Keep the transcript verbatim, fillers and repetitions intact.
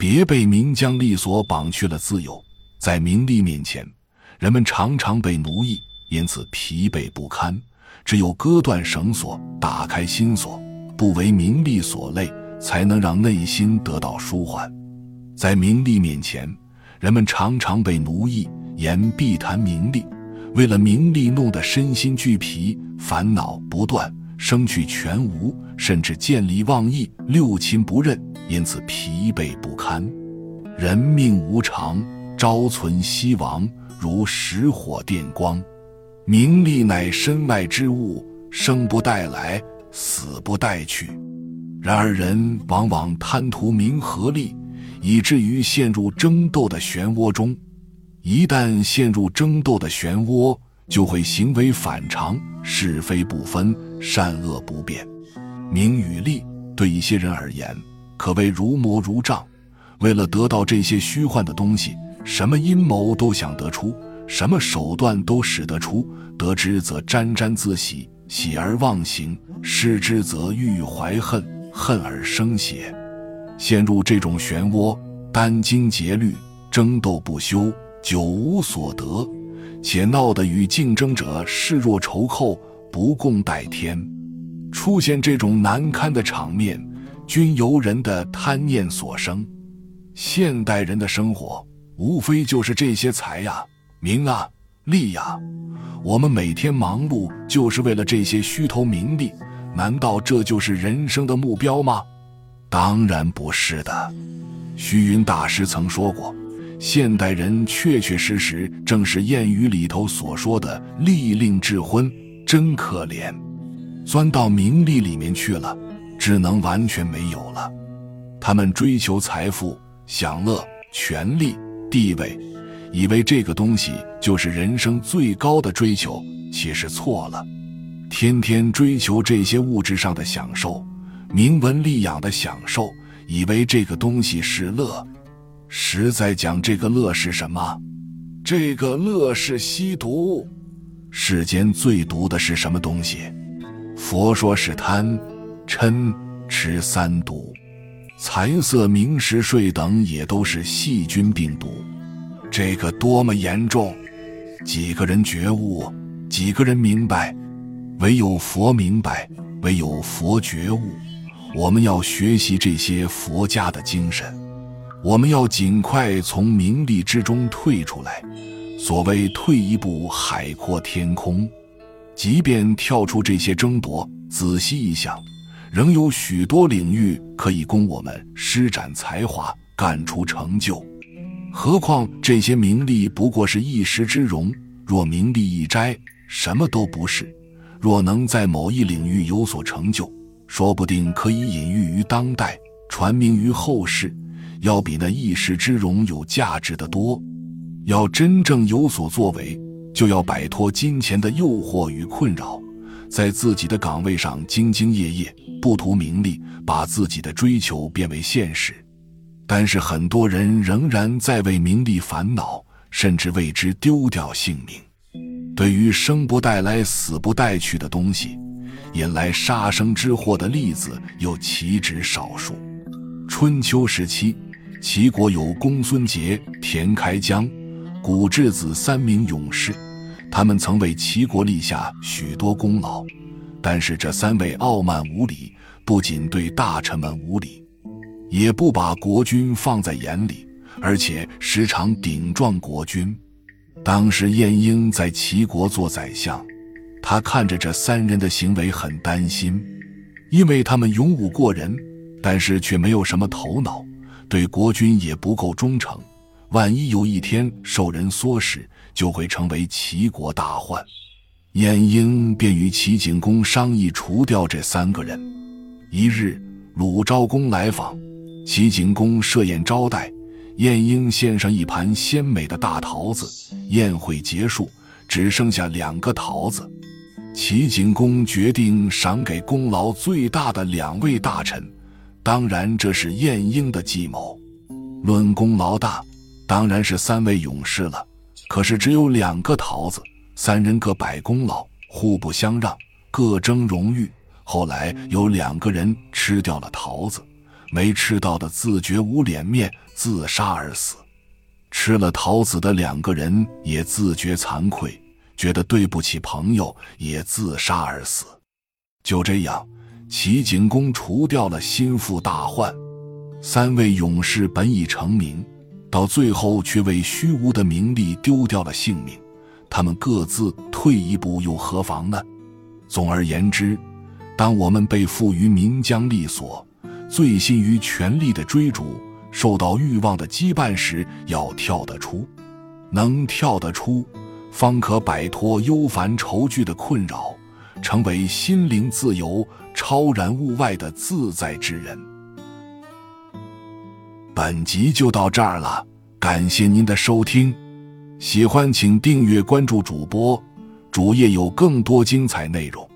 别被名将利所绑去了自由。在名利面前，人们常常被奴役，因此疲惫不堪。只有割断绳索，打开心锁，不为名利所累，才能让内心得到舒缓。在名利面前，人们常常被奴役，言必谈名利，为了名利弄得身心俱疲，烦恼不断，生趣全无，甚至见利忘义，六亲不认，因此疲惫不堪。人命无常，朝存夕亡，如石火电光。名利乃身外之物，生不带来，死不带去。然而人往往贪图名和利，以至于陷入争斗的漩涡中。一旦陷入争斗的漩涡，就会行为反常，是非不分，善恶不辨。名与利对一些人而言可谓如魔如杖，为了得到这些虚幻的东西，什么阴谋都想得出，什么手段都使得出，得之则沾沾自喜，喜而忘形，失之则郁郁怀恨，恨而生邪。陷入这种漩涡，殚精竭虑，争斗不休，久无所得，且闹得与竞争者视若仇寇，不共戴天。出现这种难堪的场面，均由人的贪念所生。现代人的生活无非就是这些财呀、名啊、利呀，我们每天忙碌就是为了这些虚头名利，难道这就是人生的目标吗？当然不是的。虚云大师曾说过，现代人确确实实正是谚语里头所说的利令智昏，真可怜。钻到名利里面去了，只能完全没有了。他们追求财富、享乐、权力、地位，以为这个东西就是人生最高的追求，其实错了。天天追求这些物质上的享受，名闻利养的享受，以为这个东西是乐。实在讲，这个乐是什么？这个乐是吸毒。世间最毒的是什么东西？佛说是贪、嗔、痴三毒。财色名食睡等也都是细菌病毒。这个多么严重！几个人觉悟，几个人明白？唯有佛明白，唯有佛觉悟。我们要学习这些佛家的精神，我们要尽快从名利之中退出来。所谓退一步海阔天空，即便跳出这些争夺，仔细一想，仍有许多领域可以供我们施展才华，干出成就。何况这些名利不过是一时之荣，若名利一摘，什么都不是。若能在某一领域有所成就，说不定可以隐喻于当代，传名于后世，要比那一时之荣有价值得多。要真正有所作为，就要摆脱金钱的诱惑与困扰，在自己的岗位上兢兢业业，不图名利，把自己的追求变为现实。但是很多人仍然在为名利烦恼，甚至为之丢掉性命。对于生不带来死不带去的东西，引来杀生之祸的例子又岂止少数。春秋时期，齐国有公孙捷、田开疆、古质子三名勇士，他们曾为齐国立下许多功劳。但是这三位傲慢无礼，不仅对大臣们无礼，也不把国君放在眼里，而且时常顶撞国君。当时晏婴在齐国做宰相，他看着这三人的行为很担心，因为他们勇武过人，但是却没有什么头脑，对国君也不够忠诚，万一有一天受人唆使，就会成为齐国大患。晏婴便与齐景公商议除掉这三个人。一日，鲁昭公来访，齐景公设宴招待，晏婴献上一盘鲜美的大桃子。宴会结束，只剩下两个桃子。齐景公决定赏给功劳最大的两位大臣，当然这是晏婴的计谋。论功劳大，当然是三位勇士了，可是只有两个桃子，三人各百功劳，互不相让，各争荣誉。后来有两个人吃掉了桃子， 没吃到的自觉无脸面，自杀而死。吃了桃子的两个人也自觉惭愧，觉得对不起朋友，也自杀而死。就这样，齐景公除掉了心腹大患。三位勇士本已成名，到最后却为虚无的名利丢掉了性命，他们各自退一步又何妨呢？总而言之，当我们被赋予名缰利锁，醉心于权力的追逐，受到欲望的羁绊时，要跳得出。能跳得出，方可摆脱忧烦愁惧的困扰，成为心灵自由、超然物外的自在之人。本集就到这儿了，感谢您的收听。喜欢请订阅关注主播，主页有更多精彩内容。